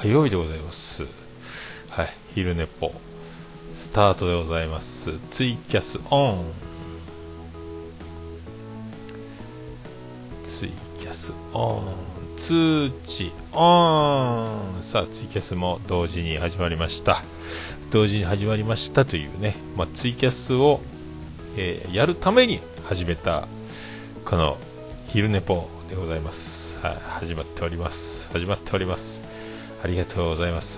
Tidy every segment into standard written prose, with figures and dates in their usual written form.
火曜日でございます。はい、昼寝ぽスタートでございます。ツイキャスオン、ツイキャスオン、通知オン。さあツイキャスも同時に始まりました。同時に始まりましたというね、ツイキャスを、やるために始めたこの昼寝ぽでございます。はい、始まっております。ありがとうございます。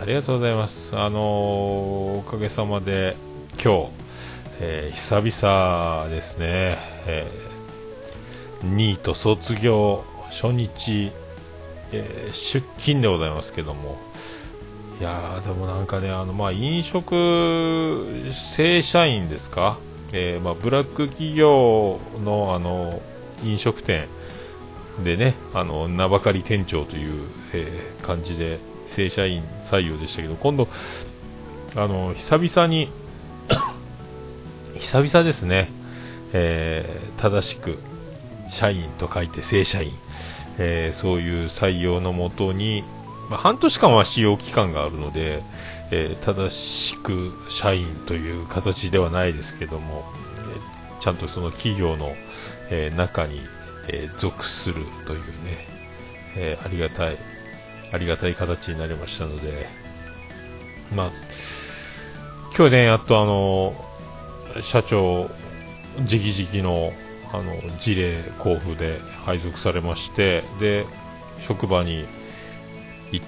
おかげさまで今日、久々ですね、ニート卒業初日、出勤でございますけども、いやーでもなんかね、飲食正社員ですか、ブラック企業の飲食店でね、名ばかり店長という、感じで正社員採用でしたけど、今度久々ですね、正しく社員と書いて正社員、そういう採用のもとに、半年間は使用期間があるので、正しく社員という形ではないですけども、ちゃんとその企業の、中に、属するというね、ありがたい形になりましたので、今日ね、やっと社長直々の辞令交付で配属されまして、で職場に行って、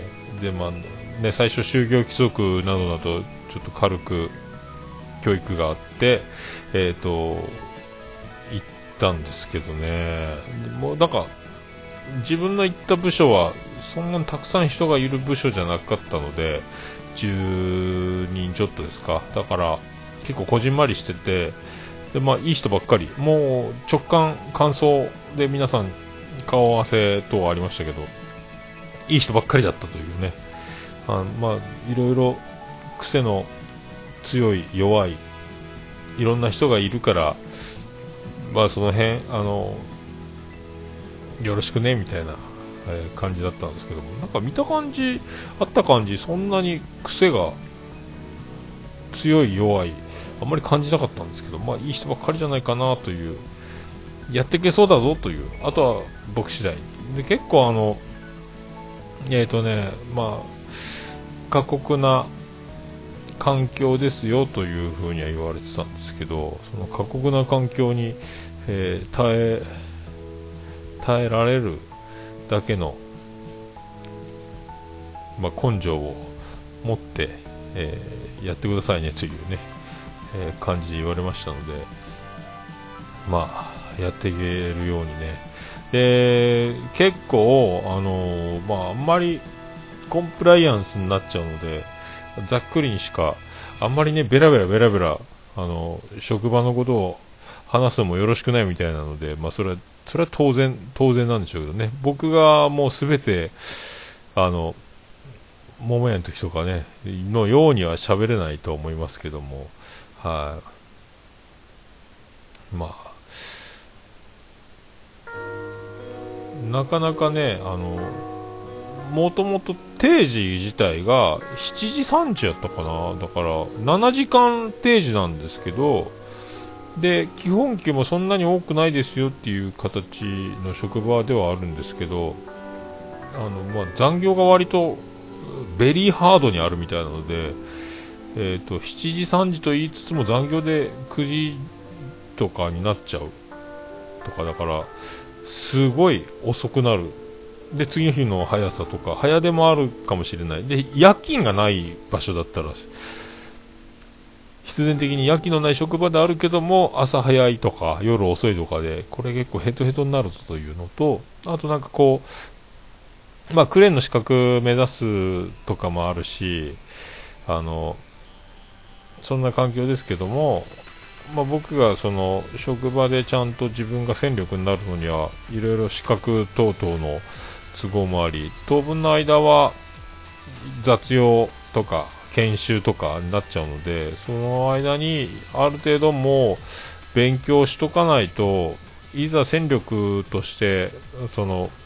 で最初就業規則などなどちょっと軽く教育があって行ったんですけどね、もうなんか自分の行った部署はそんなにたくさん人がいる部署じゃなかったので、10人ちょっとですか。だから結構こじんまりしてて、でいい人ばっかり、もう直感感想で皆さん顔合わせ等ありましたけど、いい人ばっかりだったというね、いろいろ癖の強い弱いいろんな人がいるから、その辺よろしくねみたいな、感じだったんですけども、なんか見た感じあった感じ、そんなに癖が強い弱いあんまり感じなかったんですけど、いい人ばっかりじゃないかなという、やっていけそうだぞという、あとは僕次第で、結構過酷な環境ですよというふうには言われてたんですけど、その過酷な環境に、耐えられるだけの、根性を持って、やってくださいねというね、感じで言われましたので、やっていけるようにね。で結構あんまりコンプライアンスになっちゃうので、ざっくりにしかあんまりね、ベラベラ職場のことを話すのもよろしくないみたいなので、それは当然なんでしょうけどね、僕がもうすべて桃屋の時とかねのようには喋れないと思いますけども、なかなかね、もともと定時自体が7時3時やったかな、だから7時間定時なんですけど、で基本給もそんなに多くないですよっていう形の職場ではあるんですけど、残業が割とベリーハードにあるみたいなので、7時3時と言いつつも残業で9時とかになっちゃうとか、だからすごい遅くなる。で次の日の速さとか早出もあるかもしれない。で夜勤がない場所だったら必然的に夜勤のない職場であるけども、朝早いとか夜遅いとかでこれ結構ヘトヘトになるぞというのと、あとなんかこうクレーンの資格目指すとかもあるし、そんな環境ですけども、僕がその職場でちゃんと自分が戦力になるのにはいろいろ資格等々の都合もあり、当分の間は雑用とか研修とかになっちゃうので、その間にある程度もう勉強しとかないと、いざ戦力としてその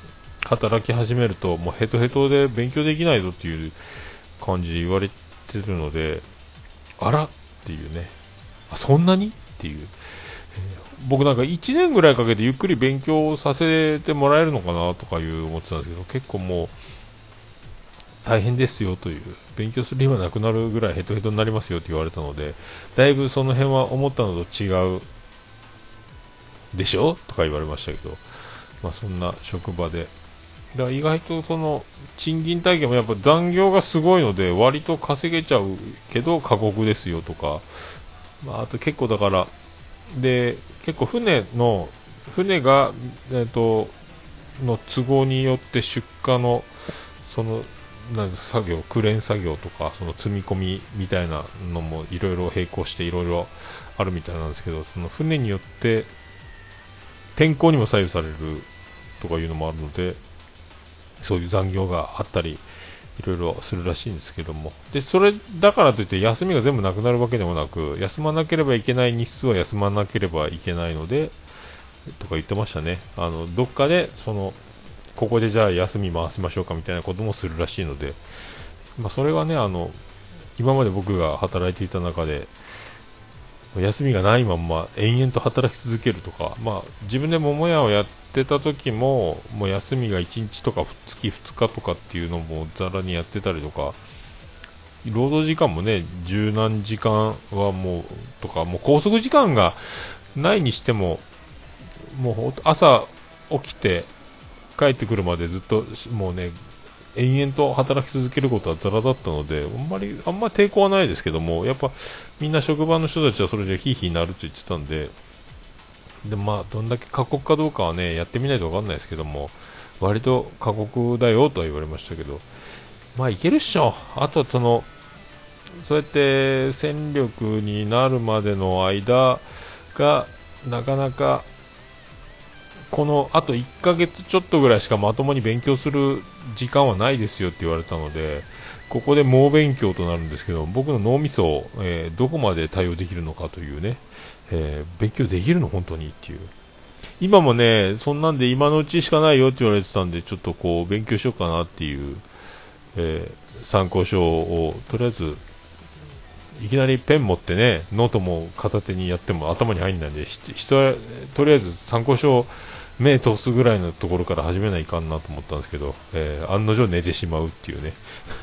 働き始めるともうヘトヘトで勉強できないぞっていう感じで言われてるので、あらっていうね、そんなにっていう、僕なんか1年ぐらいかけてゆっくり勉強させてもらえるのかなとかいう思ってたんですけど、結構もう大変ですよという、勉強する暇なくなるぐらいヘトヘトになりますよって言われたので、だいぶその辺は思ったのと違うでしょとか言われましたけど、そんな職場で、だから意外とその賃金体系もやっぱ残業がすごいので割と稼げちゃうけど過酷ですよとか、あと結構だからで、結構船が、の都合によって出荷のその作業、クレーン作業とかその積み込みみたいなのもいろいろ並行していろいろあるみたいなんですけど、その船によって天候にも左右されるとかいうのもあるので、そういう残業があったりいろいろするらしいんですけども、でそれだからといって休みが全部なくなるわけでもなく、休まなければいけない日数は休まなければいけないのでとか言ってましたね。どっかでここでじゃあ休み回しましょうかみたいなこともするらしいので、それはね、今まで僕が働いていた中で休みがないまんま延々と働き続けるとか、自分で桃屋をやってた時ももう休みが1日とか月2日とかっていうのもざらにやってたりとか、労働時間もね十何時間はもうとか、もう拘束時間がないにしても、もう朝起きて帰ってくるまでずっともうね延々と働き続けることはザラだったので、あんま抵抗はないですけども、やっぱみんな職場の人たちはそれでヒーヒーなると言ってたんで、どんだけ過酷かどうかはねやってみないと分かんないですけども、割と過酷だよとは言われましたけど、いけるっしょ。あとそうやって戦力になるまでの間がなかなかこのあと1ヶ月ちょっとぐらいしかまともに勉強する時間はないですよって言われたので、ここで猛勉強となるんですけど、僕の脳みそを、どこまで対応できるのかというね、勉強できるの本当にっていう、今もねそんなんで今のうちしかないよって言われてたんで、ちょっと勉強しようかなっていう、参考書をとりあえずいきなりペン持ってね、ノートも片手にやっても頭に入んないんで、人はとりあえず参考書を目通すぐらいのところから始めないかんなと思ったんですけど、案の定寝てしまうっていうね、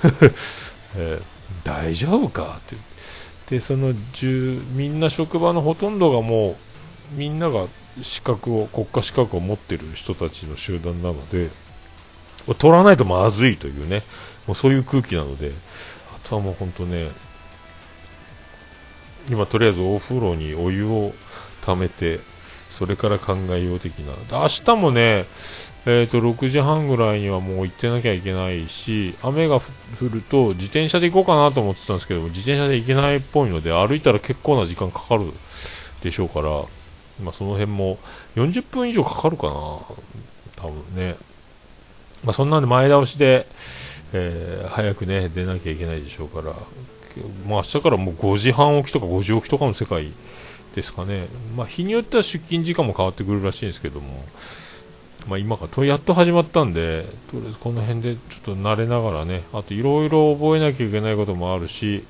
大丈夫かってで、みんな職場のほとんどがもうみんなが国家資格を持ってる人たちの集団なので、取らないとまずいというね、もうそういう空気なので、あとはもう本当ね、今とりあえずお風呂にお湯を溜めて、それから考えよう的な。明日もね、6時半ぐらいにはもう行ってなきゃいけないし、雨が降ると自転車で行こうかなと思ってたんですけど、自転車で行けないっぽいので、歩いたら結構な時間かかるでしょうから、その辺も40分以上かかるかな、多分ね。そんなんで前倒しで、早くね出なきゃいけないでしょうから、明日からもう5時半起きとか5時起きとかの世界ですかね。日によっては出勤時間も変わってくるらしいんですけども、今からやっと始まったんで、とりあえずこの辺でちょっと慣れながらね、あといろいろ覚えなきゃいけないこともあるし、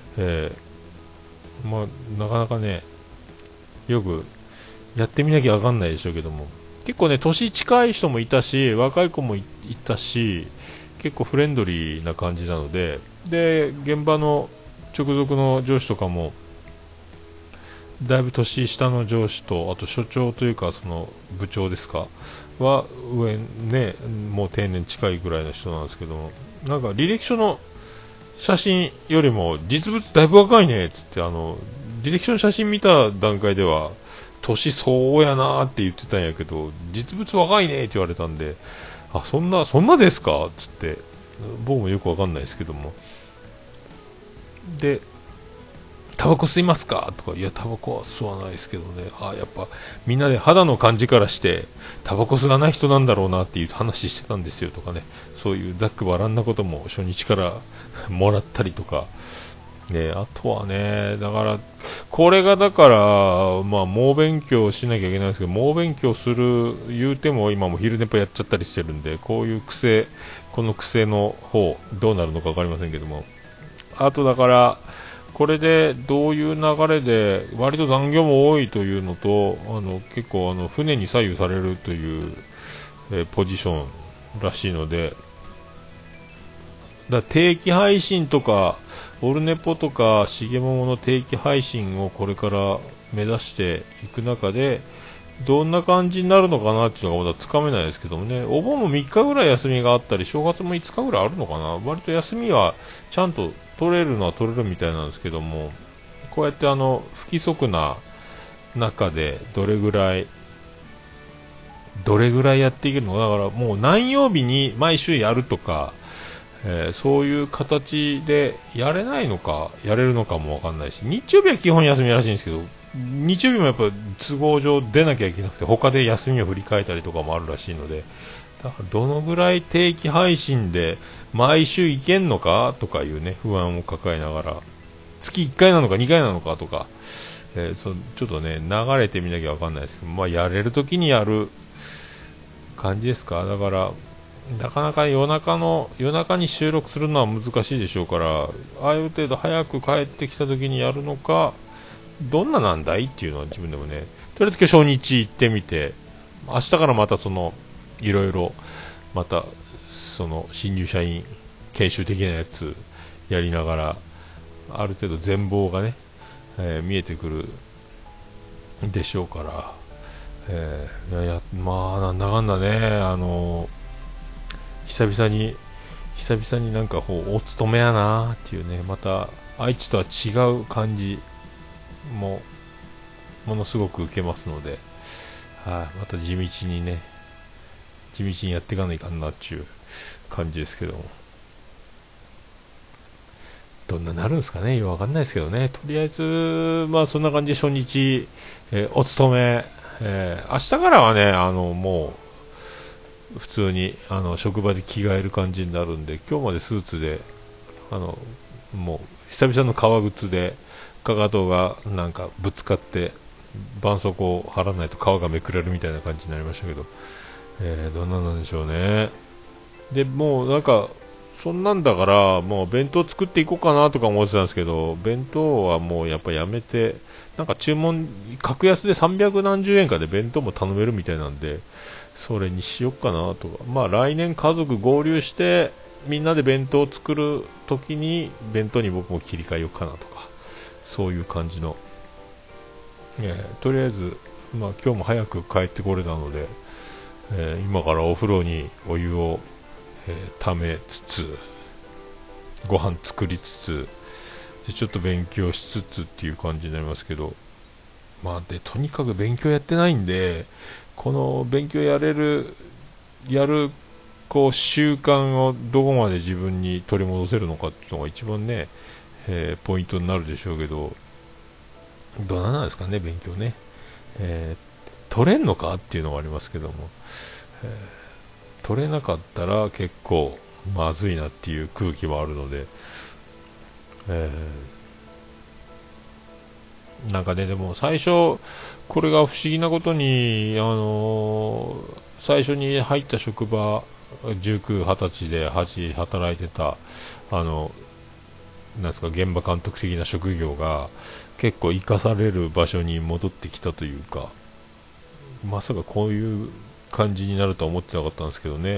なかなかねよくやってみなきゃ分かんないでしょうけども、結構ね年近い人もいたし若い子もいたし、結構フレンドリーな感じなので、現場の直属の上司とかもだいぶ年下の上司と、あと所長というかその部長ですかは上ね、もう定年近いぐらいの人なんですけども、なんか履歴書の写真よりも実物だいぶ若いねっつって、履歴書の写真見た段階では年相応やなって言ってたんやけど、実物若いねって言われたんで、そんなですかっつって、僕もよくわかんないですけども、でタバコ吸いますかとか、いやタバコは吸わないですけどね、やっぱみんなで肌の感じからしてタバコ吸わない人なんだろうなっていう話してたんですよとかね、そういうざっくばらんなことも初日からもらったりとか、 あとはね、だから、これがだから、まあ、猛勉強しなきゃいけないんですけど、猛勉強する言うても、今も昼寝ぽやっちゃったりしてるんで、こういう癖、この癖の方、どうなるのか分かりませんけども、あとだから、これでどういう流れで、割と残業も多いというのと、結構船に左右されるという、ポジションらしいので、定期配信とかオルネポとかしげももの定期配信をこれから目指していく中でどんな感じになるのかなっていうのがまだつかめないですけどもね。お盆も3日ぐらい休みがあったり正月も5日ぐらいあるのかな。割と休みはちゃんと取れるのは取れるみたいなんですけども、こうやって不規則な中でどれぐらいやっていけるのか。だからもう何曜日に毎週やるとか、そういう形でやれないのかやれるのかもわかんないし、日曜日は基本休みらしいんですけど、日曜日もやっぱ都合上出なきゃいけなくて他で休みを振り替えたりとかもあるらしいので、だからどのぐらい定期配信で毎週いけんのかとかいうね不安を抱えながら、月1回なのか2回なのかとか、ちょっとね流れてみなきゃわかんないですけど、まあやれる時にやる感じですか。だからなかなか夜中に収録するのは難しいでしょうから、ある程度早く帰ってきた時にやるのか、どんななんだいっていうのは自分でもね、とりあえず今日初日行ってみて、明日からまたいろいろまた新入社員研修的なやつやりながら、ある程度全貌がね、見えてくるでしょうから、まあなんだかんだね、久々になんかお勤めやなっていうね、また愛知とは違う感じもものすごく受けますので、また地道にやっていかないかんなっていう感じですけども、どんななるんですかね、よくわかんないですけどね。とりあえずまあそんな感じで初日、お勤め、明日からはねもう普通に職場で着替える感じになるんで、今日までスーツでもう久々の革靴でかかとがなんかぶつかって絆創膏を貼らないと皮がめくれるみたいな感じになりましたけど、どんなんなんでしょうね。でもうなんかそんなんだからもう弁当作っていこうかなとか思ってたんですけど、弁当はもうやっぱやめて、なんか注文格安で300何十円かで弁当も頼めるみたいなんで、それにしよっかなとか、まあ来年家族合流してみんなで弁当を作るときに弁当に僕も切り替えようかなとか、そういう感じの、とりあえず、まあ、今日も早く帰ってこれたので、今からお風呂にお湯を、ためつつご飯作りつつでちょっと勉強しつつっていう感じになりますけど、まあでとにかく勉強やってないんで、この勉強やるこう習慣をどこまで自分に取り戻せるのかっていうのが一番ね、ポイントになるでしょうけど、どうなんですかね勉強ね、取れんのかっていうのがありますけども、取れなかったら結構まずいなっていう空気もあるので、なんかね、でも最初これが不思議なことに、最初に入った職場19、20歳で働いてたなんですか現場監督的な職業が結構生かされる場所に戻ってきたというか、まさかこういう感じになるとは思ってなかったんですけどね。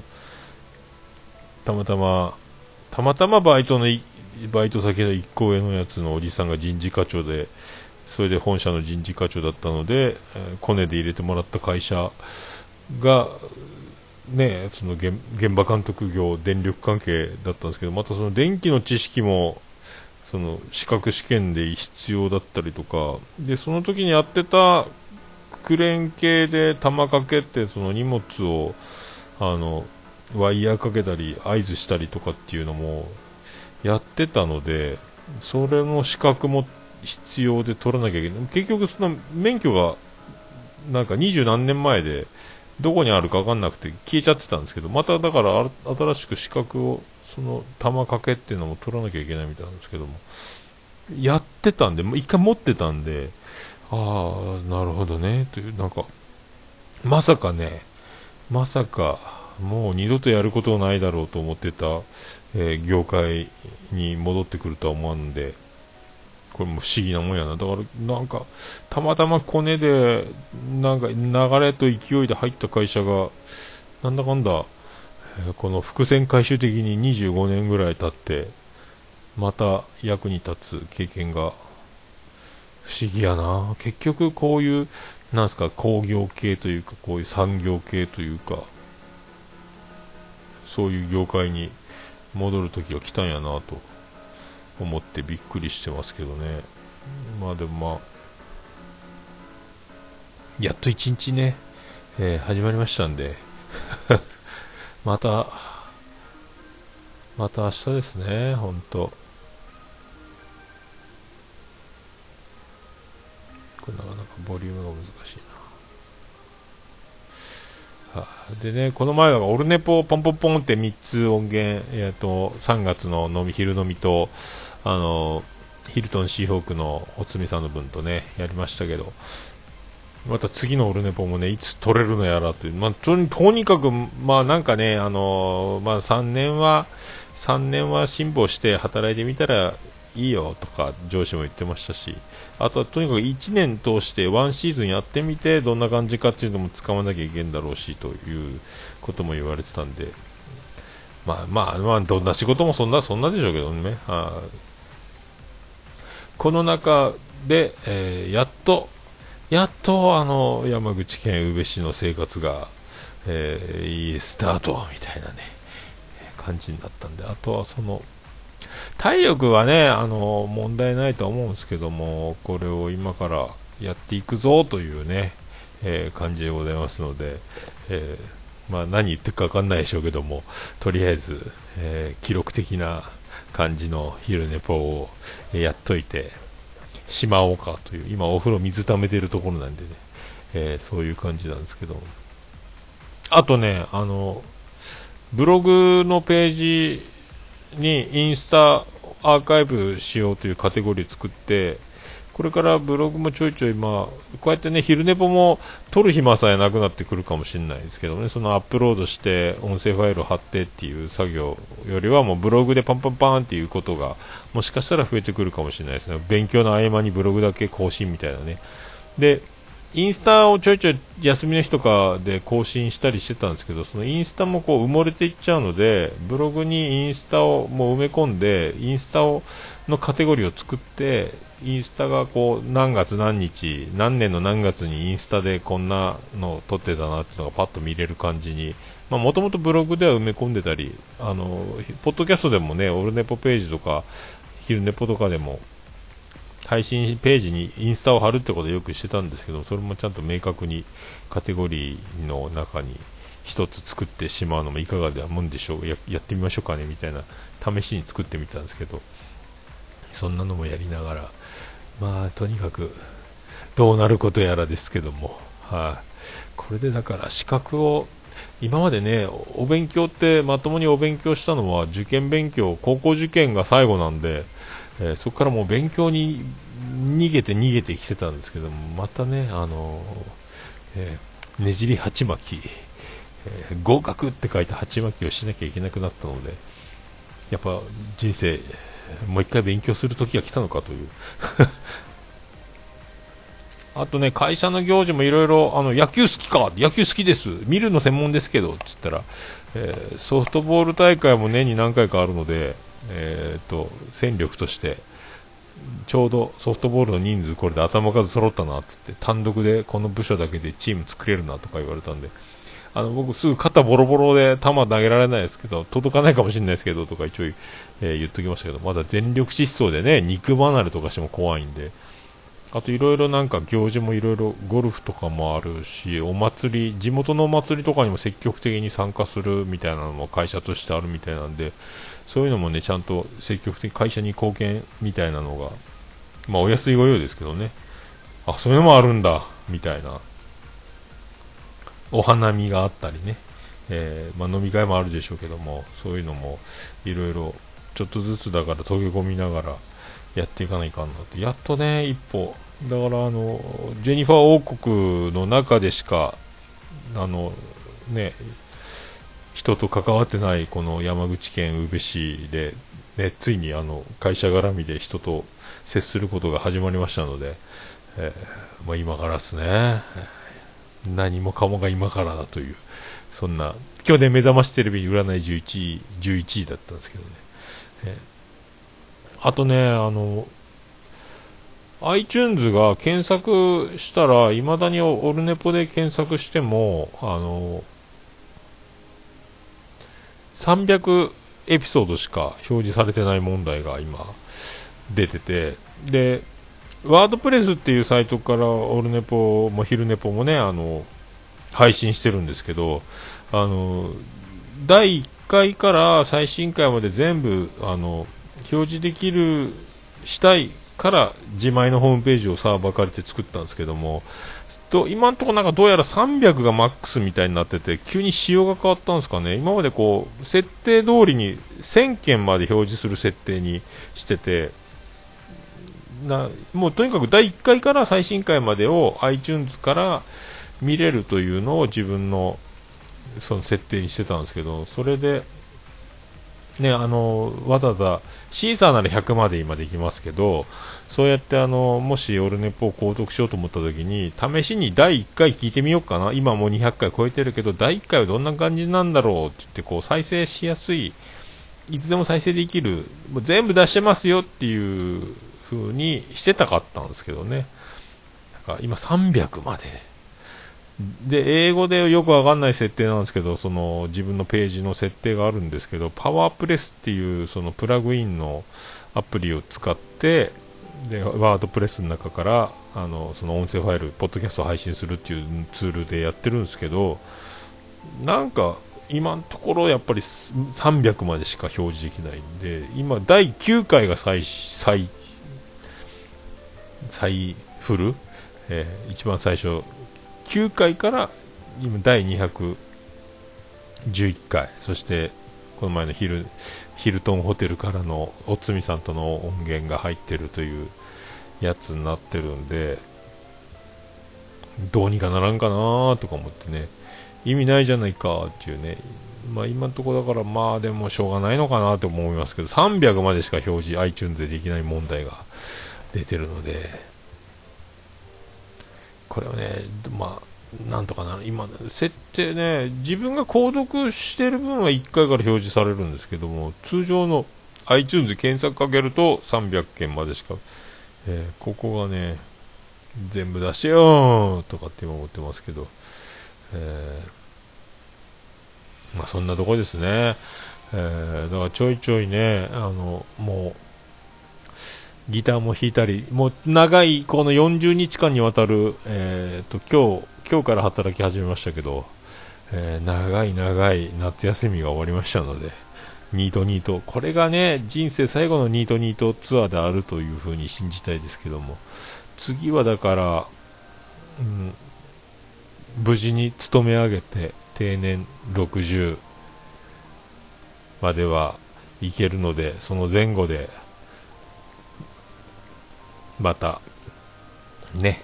たまたまバイト先の1個上のやつのおじさんが人事課長で、それで本社の人事課長だったので、コネで入れてもらった会社がね、その現場監督業電力関係だったんですけど、またその電気の知識もその資格試験で必要だったりとかで、その時にやってたクレーン系で玉かけってその荷物をワイヤーかけたり合図したりとかっていうのもやってたので、それの資格も必要で取らなきゃいけない。結局その免許がなんか20何年前でどこにあるか分かんなくて消えちゃってたんですけど、まただから新しく資格をその玉かけっていうのも取らなきゃいけないみたいなんですけども、 やってたんで、一回持ってたんで、ああ、なるほどね、という、なんか、まさかね、まさか、もう二度とやることないだろうと思ってた、業界に戻ってくるとは思わんで、これも不思議なもんやな。だから、なんか、たまたまコネで、なんか、流れと勢いで入った会社が、なんだかんだ、この伏線回収的に25年ぐらい経って、また役に立つ経験が不思議やな。結局こういう、なんすか、工業系というか、こういう産業系というか、そういう業界に戻る時が来たんやなと思ってびっくりしてますけどね。まあでもまあ、やっと一日ね、始まりましたんで、また、また明日ですね、ほんと。これなかなかボリュームが難しいな。でね、この前はオルネポをポンポンポンって3つ音源、3月の昼飲みと、あの、ヒルトンシーホークのおつみさんの分とね、やりましたけど、また次のオルネポもね、いつ取れるのやらという、まあ、とにかく、まあなんかね、まあ3年は辛抱して働いてみたらいいよとか上司も言ってましたし、あとはとにかく1年通してワンシーズンやってみてどんな感じかっていうのも使わなきゃいけんだろうしということも言われてたんで、まあどんな仕事もそんなでしょうけどね。この中で、やっと山口県宇部市の生活が、いいスタートみたいなね感じになったんで、あとはその体力はね、問題ないとは思うんですけども、これを今からやっていくぞというね、感じでございますので、まあ何言ってるか分かんないでしょうけども、とりあえず、記録的な感じの昼寝ぽをやっといてしまおうかという、今お風呂水溜めてるところなんでね、そういう感じなんですけども、あとね、ブログのページにインスタアーカイブしようというカテゴリー作って、これからブログもちょいちょい、まあ、こうやってね、昼寝ぽも撮る暇さえなくなってくるかもしれないですけどね、そのアップロードして音声ファイルを貼ってっていう作業よりはもうブログでパンパンパンっていうことがもしかしたら増えてくるかもしれないですね。勉強の合間にブログだけ更新みたいなね。で、インスタをちょいちょい休みの日とかで更新したりしてたんですけど、そのインスタもこう埋もれていっちゃうので、ブログにインスタをもう埋め込んで、インスタをのカテゴリーを作って、インスタがこう何月何日、何年の何月にインスタでこんなの撮ってたなっていうのがパッと見れる感じに、もともとブログでは埋め込んでたり、ポッドキャストでもね、オルネポページとか、昼ネポとかでも、配信ページにインスタを貼るってことをよくしてたんですけど、それもちゃんと明確にカテゴリーの中に一つ作ってしまうのもいかがではもんでしょう、やってみましょうかねみたいな試しに作ってみたんですけど、そんなのもやりながら、まあとにかくどうなることやらですけども、これでだから資格を、今までね、お勉強ってまともにお勉強したのは受験勉強、高校受験が最後なんで、そこからもう勉強に逃げてきてたんですけども、またね、ねじり鉢巻き、合格って書いた鉢巻きをしなきゃいけなくなったので、やっぱ人生もう一回勉強する時が来たのかというあとね、会社の行事もいろいろ、野球好きか、野球好きです、見るの専門ですけど、つったら、ソフトボール大会も年に何回かあるので、戦力として、ちょうどソフトボールの人数これで頭数揃ったなっつって、単独でこの部署だけでチーム作れるなとか言われたんで、僕すぐ肩ボロボロで球投げられないですけど、届かないかもしれないですけどとか一応、言っときましたけど、まだ全力疾走でね、肉離れとかしても怖いんで、あといろいろなんか行事もいろいろゴルフとかもあるし、お祭り、地元のお祭りとかにも積極的に参加するみたいなのも会社としてあるみたいなんで、そういうのもね、ちゃんと積極的に会社に貢献みたいなのが、まあお安いご用ですけどね、あ、そういうのもあるんだ、みたいな、お花見があったりね、飲み会もあるでしょうけども、そういうのもいろいろちょっとずつだから溶け込みながら、 やっていかないかんなって、やっとね、一歩。だからジェニファー王国の中でしか、あの、ね、人と関わってないこの山口県宇部市で、ね、ついに会社絡みで人と接することが始まりましたので、まあ、今からですね、何もかもが今からだという、そんな、去年目覚ましテレビ占い11位だったんですけどね。あとね、iTunes が検索したら、未だにオルネポで検索しても、300エピソードしか表示されてない問題が今出てて、で、ワードプレスっていうサイトからオルネポも昼ネポもね、配信してるんですけど、第1回から最新回まで全部、表示できる、したいから自前のホームページをサーバー借りて作ったんですけども、今のところなんかどうやら300がマックスみたいになってて、急に仕様が変わったんですかね。今までこう設定通りに1000件まで表示する設定にしてて、もうとにかく第1回から最新回までを iTunes から見れるというのを自分のその設定にしてたんですけど、それでね、わざわざシーサーなら100まで今できますけど、そうやってもしオルネポを購読しようと思った時に、試しに第1回聞いてみようかな。今もう200回超えてるけど、第1回はどんな感じなんだろうって言って、こう再生しやすい、いつでも再生できる、もう全部出してますよっていう風にしてたかったんですけどね。なんか今300まで。で、英語でよくわかんない設定なんですけど、その自分のページの設定があるんですけど、パワープレスっていうそのプラグインのアプリを使って、で、ワードプレスの中から、その音声ファイル、ポッドキャストを配信するっていうツールでやってるんですけど、なんか、今のところやっぱり300までしか表示できないんで、今第9回が再フル、一番最初9回から今第211回、そしてこの前のヒルトンホテルからのおつみさんとの音源が入ってるというやつになってるんで、どうにかならんかなとか思ってね、意味ないじゃないかっていうね、まあ今のところだから、まあでもしょうがないのかなと思いますけど、300までしか表示 iTunes でできない問題が出てるので、これはね、まあなんとかなる。今設定ね、自分が購読してる分は1回から表示されるんですけども、通常の iTunes 検索かけると300件までしか、ここがね、全部出してよーとかって今思ってますけど、まあそんなとこですね。だからちょいちょいね、もうギターも弾いたり、もう長いこの40日間にわたる、今日から働き始めましたけど、長い長い夏休みが終わりましたので、ニートニート、これがね、人生最後のニートニートツアーであるというふうに信じたいですけども、次はだから、無事に勤め上げて定年60まではいけるので、その前後でまたね、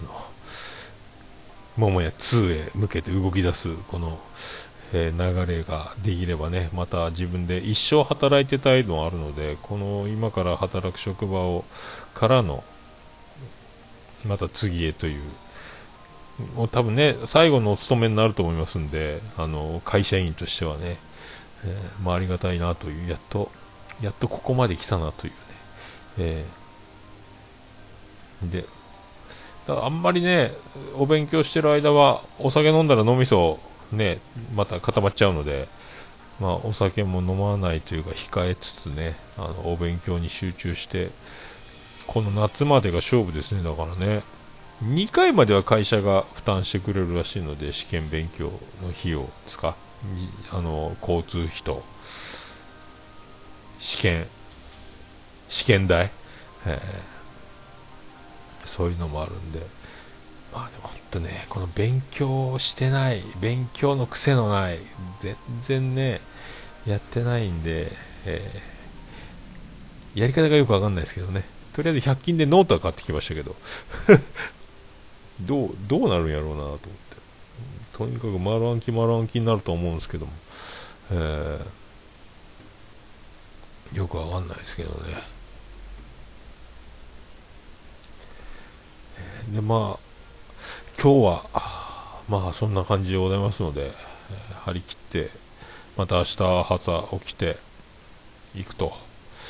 桃屋2へ向けて動き出すこの、流れができればね、また自分で一生働いてたいのはあるので、この今から働く職場からのまた次へという、もう多分ね、最後のお勤めになると思いますんで、会社員としてはね、まあ、ありがたいなという、やっとここまで来たなというね、で、だからあんまりね、お勉強してる間は、お酒飲んだら脳みそね、また固まっちゃうので、まあ、お酒も飲まないというか、控えつつね、お勉強に集中して、この夏までが勝負ですね、だからね。2回までは会社が負担してくれるらしいので、試験勉強の費用ですか、交通費と試験代、そういうのもあるんで、まあでも本当ね、この勉強してない、勉強の癖のない、全然ね、やってないんで、やり方がよくわかんないですけどね、 とりあえず100均でノートは買ってきましたけどどうなるんやろうなと思って、とにかく丸暗記になると思うんですけども、よくわかんないですけどね。でまあ今日はまあそんな感じでございますので、張り切ってまた明日朝起きていくと、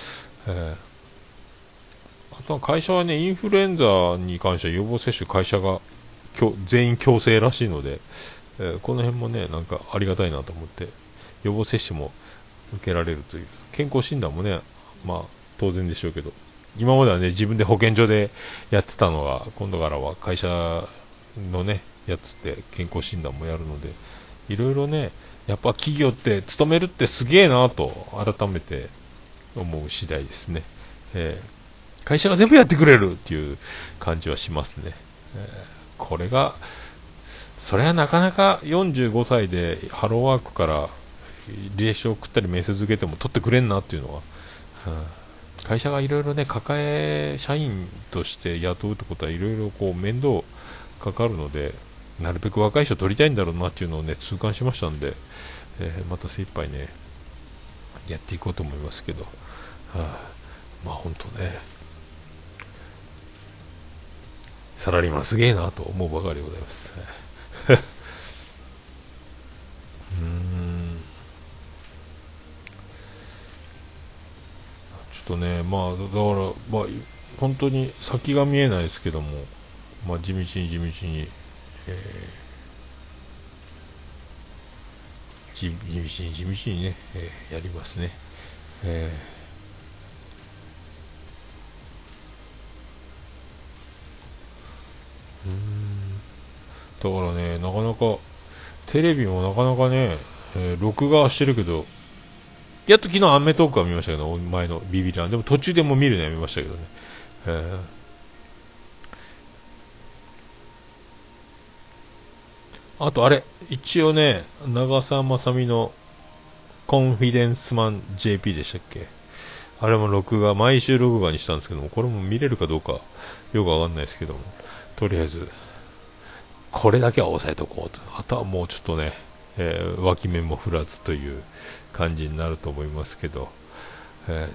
あとは会社はね、インフルエンザに関しては予防接種会社が全員強制らしいので、この辺もねなんかありがたいなと思って、予防接種も受けられるという、健康診断もね、まあ当然でしょうけど、今まではね自分で保健所でやってたのが、今度からは会社のねやつで健康診断もやるので、いろいろね、やっぱ企業って勤めるってすげえなと改めて思う次第ですね。会社が全部やってくれるっていう感じはしますね。これがそれはなかなか45歳でハローワークから履歴書を送ったり面接受けても取ってくれんなっていうのは、会社がいろいろね社員として雇うってことはいろいろこう面倒かかるので、なるべく若い人取りたいんだろうなっていうのをね痛感しましたんで、また精一杯ねやっていこうと思いますけど、まあ本当ね、サラリーマンすげえなと思うばかりでございます。ちょっとね、まあだからまあ本当に先が見えないですけども、まあ地道に、地道にね、やりますね。えだからね、なかなかテレビもなかなかね、録画してるけど、やっと昨日アメトーークは見ましたけど、前のビビリアンでも途中でもう見るのやめましたけどね。えーあとあれ、一応ね、長澤まさみのコンフィデンスマン JP でしたっけ、あれも毎週録画にしたんですけども、これも見れるかどうかよくわかんないですけども、とりあえず、これだけは押さえとこうと。あとはもうちょっとね、脇目も振らずという感じになると思いますけど、え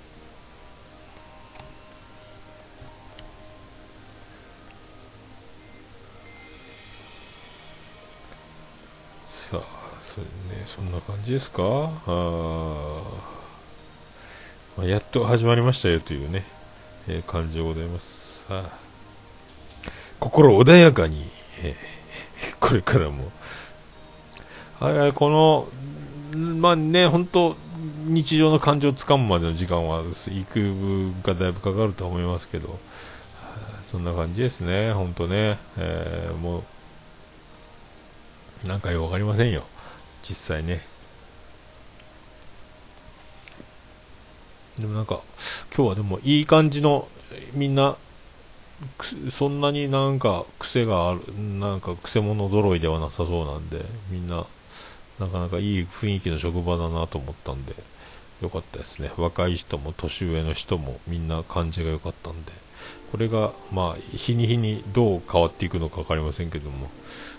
さあ、そんな感じですか。まあ、やっと始まりましたよというね、感じでございます。さあ、心穏やかに、これからも、この、まあね、本当日常の感情をつかむまでの時間は幾分かだいぶかかると思いますけど、そんな感じですね、本当ね、もうなんかよくわかりませんよ、実際ね。でもなんか今日はでもいい感じの、みんなそんなになんか癖がある、なんか癖者揃いではなさそうなんで、みんななかなかいい雰囲気の職場だなと思ったんで、良かったですね。若い人も年上の人もみんな感じが良かったんで、これがまあ日に日にどう変わっていくのか分かりませんけども、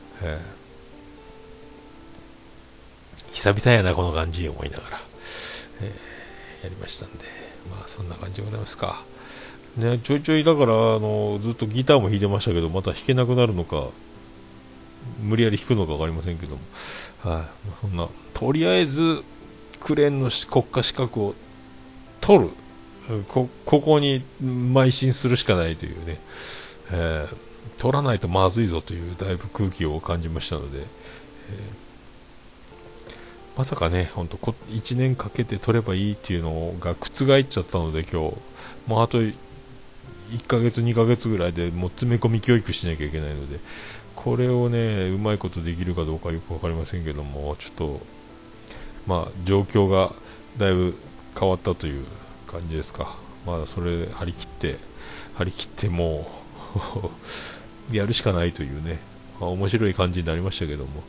久々やなこの感じ思いながら、やりましたんで、まあそんな感じでございますかね。ちょいちょいだからずっとギターも弾いてましたけど、また弾けなくなるのか無理やり弾くのか分かりませんけども、そんなとりあえずクレーンの国家資格を取る、ここに邁進するしかないというね、取らないとまずいぞというだいぶ空気を感じましたので、まさかね、本当1年かけて取ればいいっていうのが覆っちゃったので、今日もうあと1ヶ月2ヶ月ぐらいでもう詰め込み教育しなきゃいけないので、これをねうまいことできるかどうかよく分かりませんけども、ちょっとまあ状況がだいぶ変わったという感じですか。まだそれで張り切ってもうやるしかないというね、面白い感じになりましたけども、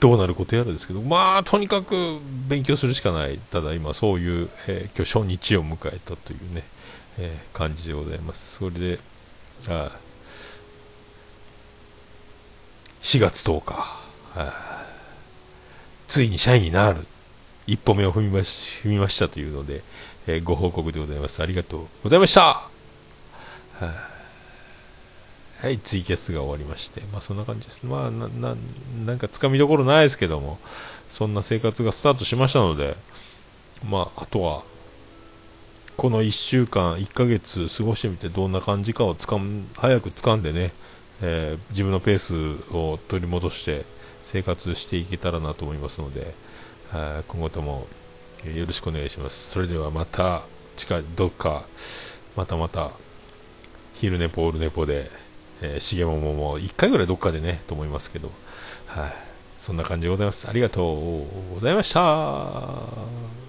どうなることやらですけど、まあとにかく勉強するしかない。ただ今そういう、今日初日を迎えたというね、感じでございます。それで、4月10日、ついに社員になる一歩目を踏みましたというので、ご報告でございます。ありがとうございました。はい、ツイキャスが終わりまして、まあそんな感じです。まあなんかつかみどころないですけども、そんな生活がスタートしましたので、まああとはこの1週間、1ヶ月過ごしてみてどんな感じかを早く掴んでね、自分のペースを取り戻して生活していけたらなと思いますので、今後ともよろしくお願いします。それではまたどっかまた昼寝ポールネポで、しげももも1回ぐらいどっかでねと思いますけど、そんな感じでございます。ありがとうございました。